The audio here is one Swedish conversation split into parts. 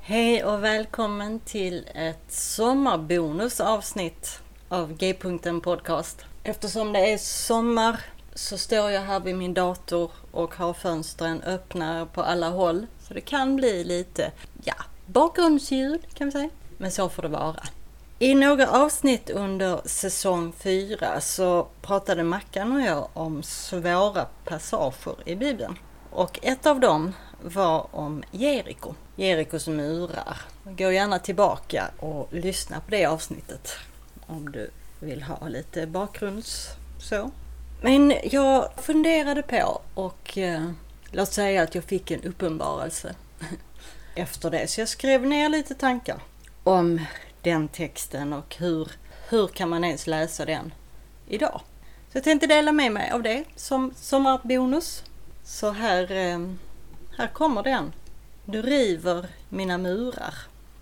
Hej och välkommen till ett sommarbonusavsnitt av G-punkten podcast. Eftersom det är sommar så står jag här vid min dator och har fönstren öppna på alla håll. Så det kan bli lite, bakgrundsljud kan vi säga. Men så får det vara. I några avsnitt under säsong 4 så pratade Mackan och jag om svåra passager i Bibeln. Och ett av dem var om Jeriko. Jerikos murar. Gå gärna tillbaka och lyssna på det avsnittet om du vill ha lite bakgrunds så. Men jag funderade på och låt säga att jag fick en uppenbarelse efter det. Så jag skrev ner lite tankar om den texten och hur kan man ens läsa den idag. Så jag tänkte dela med mig av det som sommarbonus. Så här kommer den. Du river mina murar.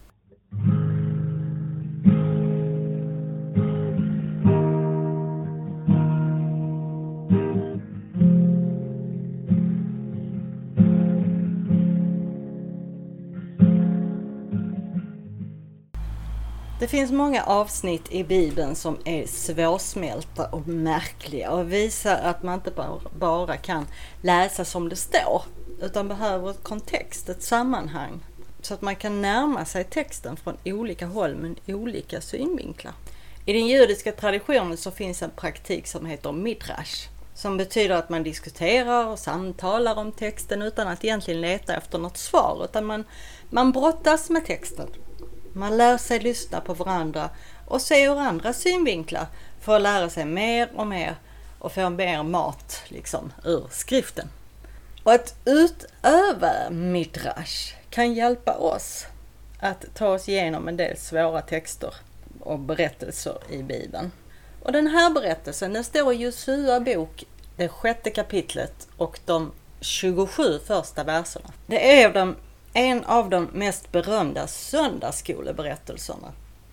Det finns många avsnitt i Bibeln som är svårsmälta och märkliga och visar att man inte bara kan läsa som det står utan behöver ett kontext, ett sammanhang så att man kan närma sig texten från olika håll med olika synvinklar. I den judiska traditionen så finns en praktik som heter midrash som betyder att man diskuterar och samtalar om texten utan att egentligen leta efter något svar utan man brottas med texten. Man lär sig lyssna på varandra och se ur andra synvinklar för att lära sig mer och mer och få mer mat ur skriften. Och att utöva midrash kan hjälpa oss att ta oss igenom en del svåra texter och berättelser i Bibeln. Och den här berättelsen den står i Josua bok, det 6:e kapitlet och de 27 första verserna. Det är en av de mest berömda söndagsskoleberättelserna.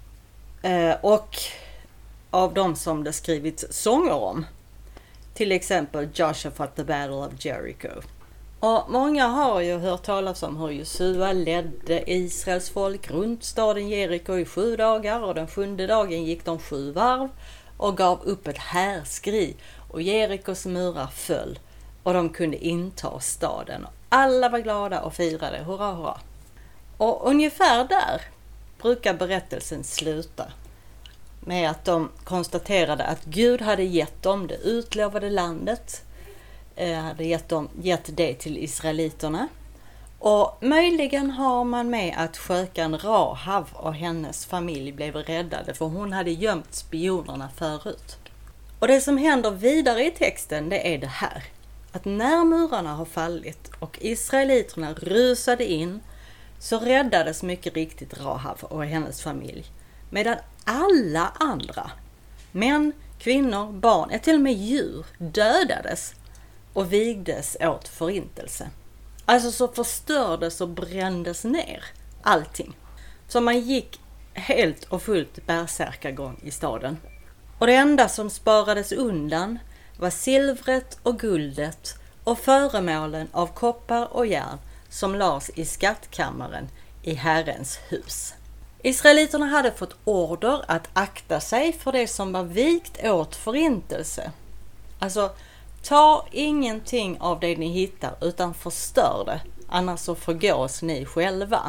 Och av dem som det skrivits sånger om. Till exempel Joshua the Battle of Jericho. Och många har ju hört talas om hur Josua ledde Israels folk runt staden Jericho i 7 dagar. Och den 7:e dagen gick de 7 varv och gav upp ett härskri. Och Jerikos murar föll och de kunde inta staden. Alla var glada och firade, hurra hurra. Och ungefär där brukar berättelsen sluta. Med att de konstaterade att Gud hade gett dem det utlovade landet. Hade gett det till israeliterna. Och möjligen har man med att skökan Rahav och hennes familj blev räddade. För hon hade gömt spionerna förut. Och det som händer vidare i texten det är det här. Att när murarna har fallit och israeliterna rusade in så räddades mycket riktigt Rahav och hennes familj. Medan alla andra, män, kvinnor, barn, till och med djur dödades och vigdes åt förintelse. Alltså så förstördes och brändes ner allting. Så man gick helt och fullt bärsärkagång i staden. Och det enda som sparades undan var silvret och guldet och föremålen av koppar och järn som lades i skattkammaren i Herrens hus. Israeliterna hade fått order att akta sig för det som var vikt åt förintelse. Alltså, ta ingenting av det ni hittar utan förstör det, annars så förgås ni själva.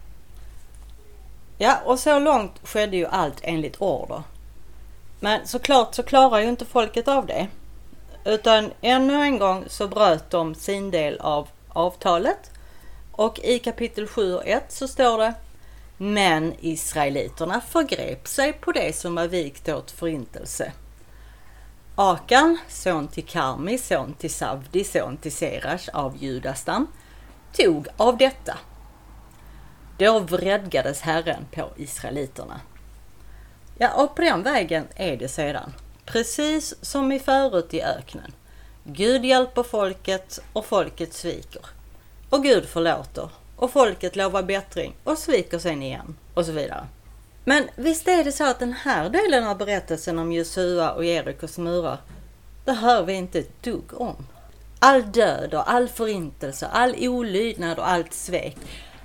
Ja, och så långt skedde ju allt enligt order. Men såklart så klarar ju inte folket av det. Utan ännu en gång så bröt de sin del av avtalet. Och i kapitel 7:1 så står det: Men israeliterna förgrep sig på det som var vikt åt förintelse. Akan, son till Karmi, son till Savdi, son till Serash av Judastam, tog av detta. Då vredgades Herren på israeliterna. Ja, och på den vägen är det sedan. Precis som i förut i öknen. Gud hjälper folket och folket sviker. Och Gud förlåter och folket lovar bättring och sviker sen igen och så vidare. Men visst är det så att den här delen av berättelsen om Josua och Jerikos murar, det hör vi inte ett dugg om. All död och all förintelse, all olydnad och allt svek,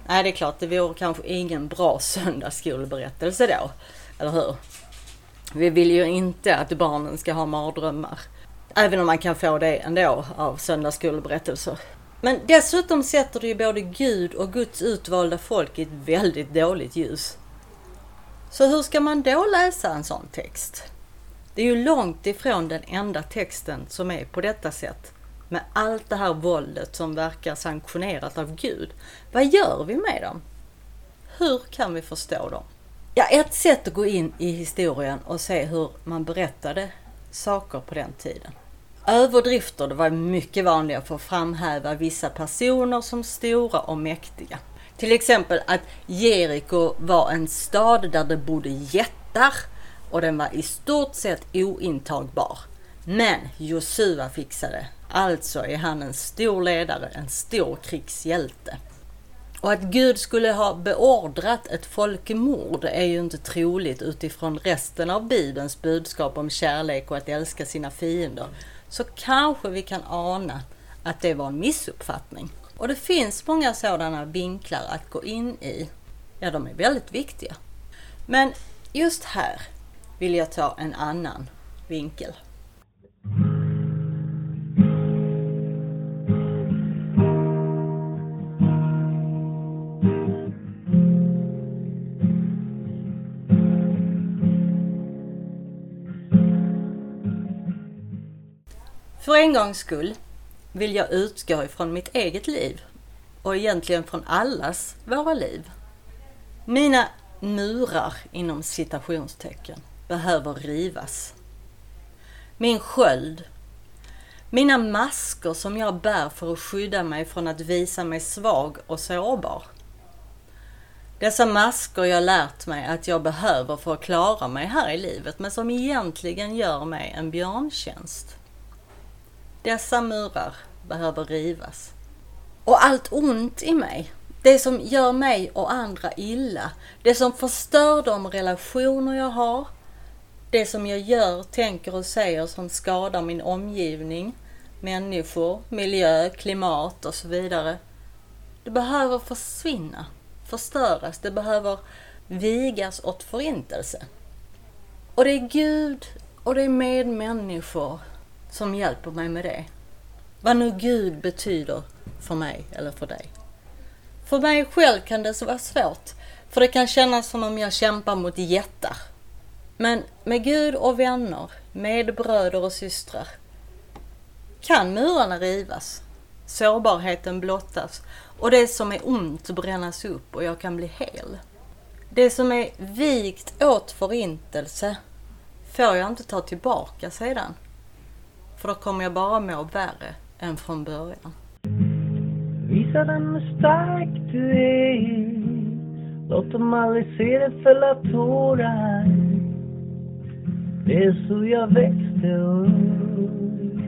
Nej, det är klart, det vore kanske ingen bra söndagsskoleberättelse då, eller hur? Vi vill ju inte att barnen ska ha mardrömmar, även om man kan få det ändå av söndagsskoleberättelser. Men dessutom sätter det ju både Gud och Guds utvalda folk i ett väldigt dåligt ljus. Så hur ska man då läsa en sån text? Det är ju långt ifrån den enda texten som är på detta sätt. Med allt det här våldet som verkar sanktionerat av Gud. Vad gör vi med dem? Hur kan vi förstå dem? Ja, ett sätt att gå in i historien och se hur man berättade saker på den tiden. Överdrifter, det var mycket vanliga för att framhäva vissa personer som stora och mäktiga. Till exempel att Jeriko var en stad där det bodde jättar och den var i stort sett ointagbar. Men Josua fixade, alltså är han en stor ledare, en stor krigshjälte. Och att Gud skulle ha beordrat ett folkmord är ju inte troligt utifrån resten av Bibelns budskap om kärlek och att älska sina fiender. Så kanske vi kan ana att det var en missuppfattning. Och det finns många sådana vinklar att gå in i. Ja, de är väldigt viktiga. Men just här vill jag ta en annan vinkel. För en gångs skull vill jag utgå ifrån mitt eget liv och egentligen från allas våra liv. Mina murar inom citationstecken behöver rivas. Min sköld, mina masker som jag bär för att skydda mig från att visa mig svag och sårbar. Dessa masker jag lärt mig att jag behöver för att klara mig här i livet men som egentligen gör mig en björntjänst. Dessa murar behöver rivas. Och allt ont i mig, det som gör mig och andra illa, det som förstör de relationer jag har, det som jag gör, tänker och säger som skadar min omgivning, människor, miljö, klimat och så vidare. Det behöver försvinna, förstöras, det behöver vigas åt förintelse. Och det är Gud och det är medmänniskor som hjälper mig med det. Vad nu Gud betyder för mig eller för dig. För mig själv kan det vara svårt. För det kan kännas som om jag kämpar mot jättar. Men med Gud och vänner, med bröder och systrar, kan murarna rivas. Sårbarheten blottas. Och det som är ont brännas upp och jag kan bli hel. Det som är vikt åt förintelse får jag inte ta tillbaka sedan. För då kommer jag bara må värre än från början. Visa dem hur stark du är. Låt dem aldrig se det fälla tårar. Det är så jag växte upp.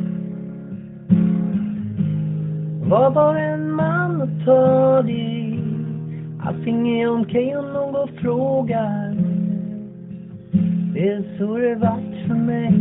Var bara en man och ta dig. Allting är okej om någon frågar. Det är så det vart för mig.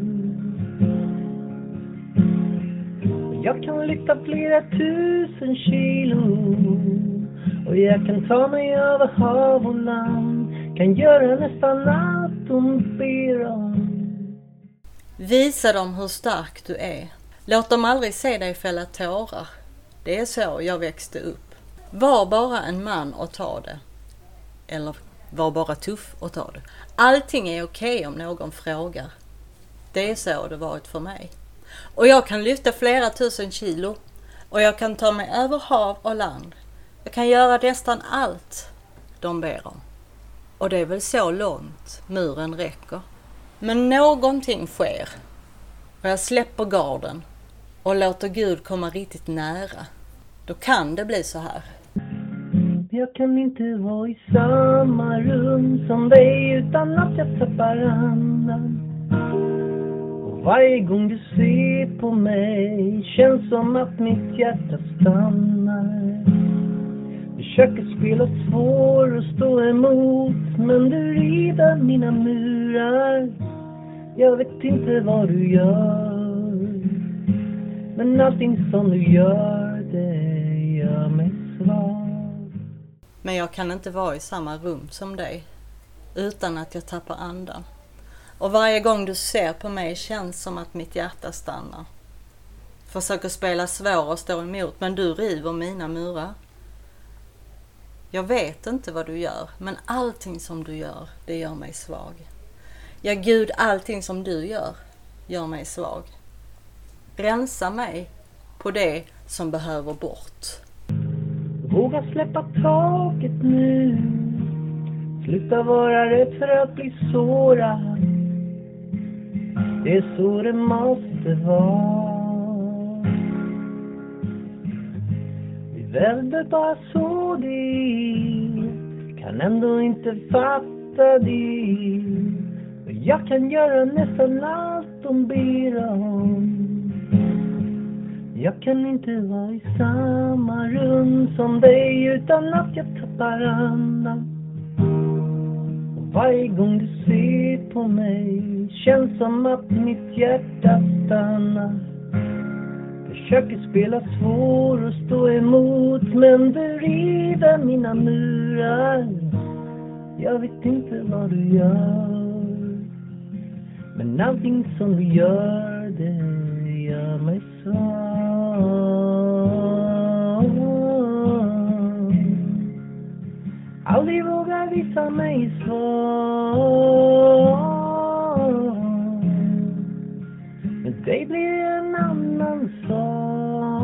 Jag kan lyfta flera 1000 kilo. Och jag kan ta mig över hav och land. Kan göra nästan allt de ber om. Visa dem hur stark du är. Låt dem aldrig se dig fälla tårar. Det är så jag växte upp. Var bara en man och ta det. Eller var bara tuff och ta det. Allting är okej om någon frågar. Det är så det varit för mig. Och jag kan lyfta flera 1000 kilo. Och jag kan ta mig över hav och land. Jag kan göra nästan allt de ber om. Och det är väl så långt muren räcker. Men någonting sker. Och jag släpper garden. Och låter Gud komma riktigt nära. Då kan det bli så här. Jag kan inte vara i samma rum som dig utan att jag tappar andan. Och varje gång du ser på mig känns som att mitt hjärta stannar. Försöker spela svår och stå emot, men du river mina murar. Jag vet inte vad du gör, men allting som du gör, det gör mig svag. Men jag kan inte vara i samma rum som dig utan att jag tappar andan. Och varje gång du ser på mig känns som att mitt hjärta stannar. Försöker spela svår och stå emot, men du river mina murar. Jag vet inte vad du gör, men allting som du gör, det gör mig svag. Ja Gud, allting som du gör mig svag. Rensa mig på det som behöver bort. Våga släppa taket nu. Sluta vara rädd för att bli sårad. Det är så det måste vara. Vi väljer bara så det. Kan ändå inte fatta det. Och jag kan göra nästan allt de ber om. Jag kan inte vara i samma rum som dig utan att jag tappar andan. Och varje gång du ser på mig känns som att mitt hjärta stannar. Försöker spela svår och stå emot, men du river mina murar. Jag vet inte vad du gör, men allting som du gör, det gör mig svag. Aldrig vågar visa mig svag. Men det blir en annan sak.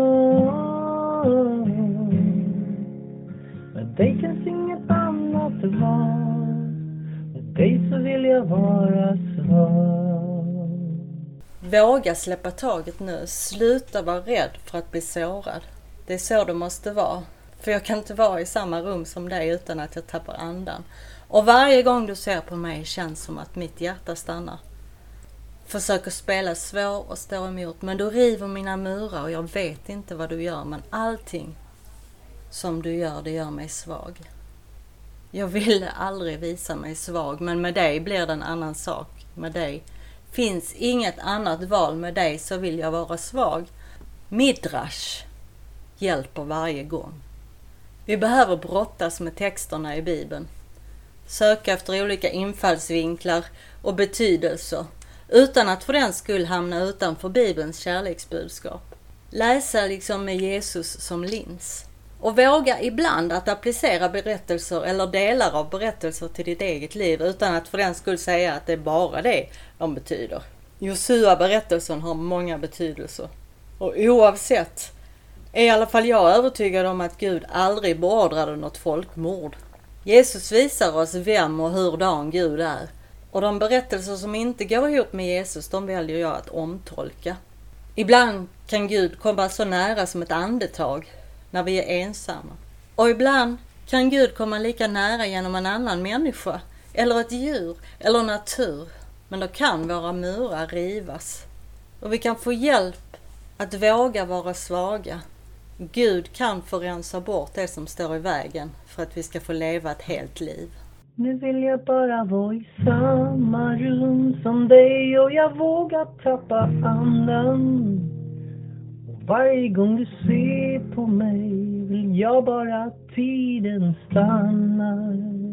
Med dig känns inget annat var. Med dig så vill jag vara svag. Våga släppa taget nu. Sluta vara rädd för att bli sårad. Det är så det måste vara. För jag kan inte vara i samma rum som dig utan att jag tappar andan. Och varje gång du ser på mig känns som att mitt hjärta stannar. Försöker spela svår och stå emot, men du river mina murar och jag vet inte vad du gör. Men allting som du gör, det gör mig svag. Jag ville aldrig visa mig svag, men med dig blir det en annan sak. Med dig finns inget annat val, med dig så vill jag vara svag. Midrash hjälper varje gång. Vi behöver brottas med texterna i Bibeln. Söka efter olika infallsvinklar och betydelser utan att för den skull hamna utanför Bibelns kärleksbudskap. Läsa liksom med Jesus som lins. Och våga ibland att applicera berättelser eller delar av berättelser till ditt eget liv utan att för den skull säga att det är bara det de betyder. Josua-berättelsen har många betydelser. Och oavsett är i alla fall jag övertygad om att Gud aldrig beordrade något folkmord. Jesus visar oss vem och hurdan Gud är. Och de berättelser som inte går ihop med Jesus, de väljer jag att omtolka. Ibland kan Gud komma så nära som ett andetag när vi är ensamma. Och ibland kan Gud komma lika nära genom en annan människa, eller ett djur, eller natur. Men då kan våra murar rivas. Och vi kan få hjälp att våga vara svaga. Gud kan få rensa bort det som står i vägen för att vi ska få leva ett helt liv. Nu vill jag bara vara i samma rum som dig och jag vågar tappa andan. Och varje gång du ser på mig vill jag bara att tiden stannar.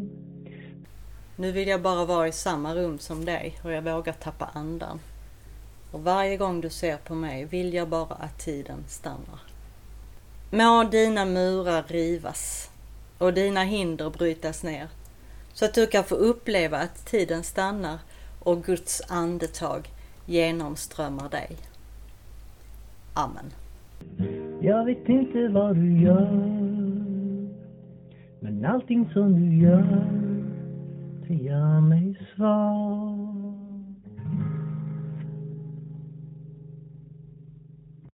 Nu vill jag bara vara i samma rum som dig och jag vågar tappa andan. Och varje gång du ser på mig vill jag bara att tiden stannar. Må dina murar rivas och dina hinder brytas ner. Så att du kan få uppleva att tiden stannar och Guds andetag genomströmmar dig. Amen. Jag vet inte vad du gör, men allting som du gör, det gör mig svag.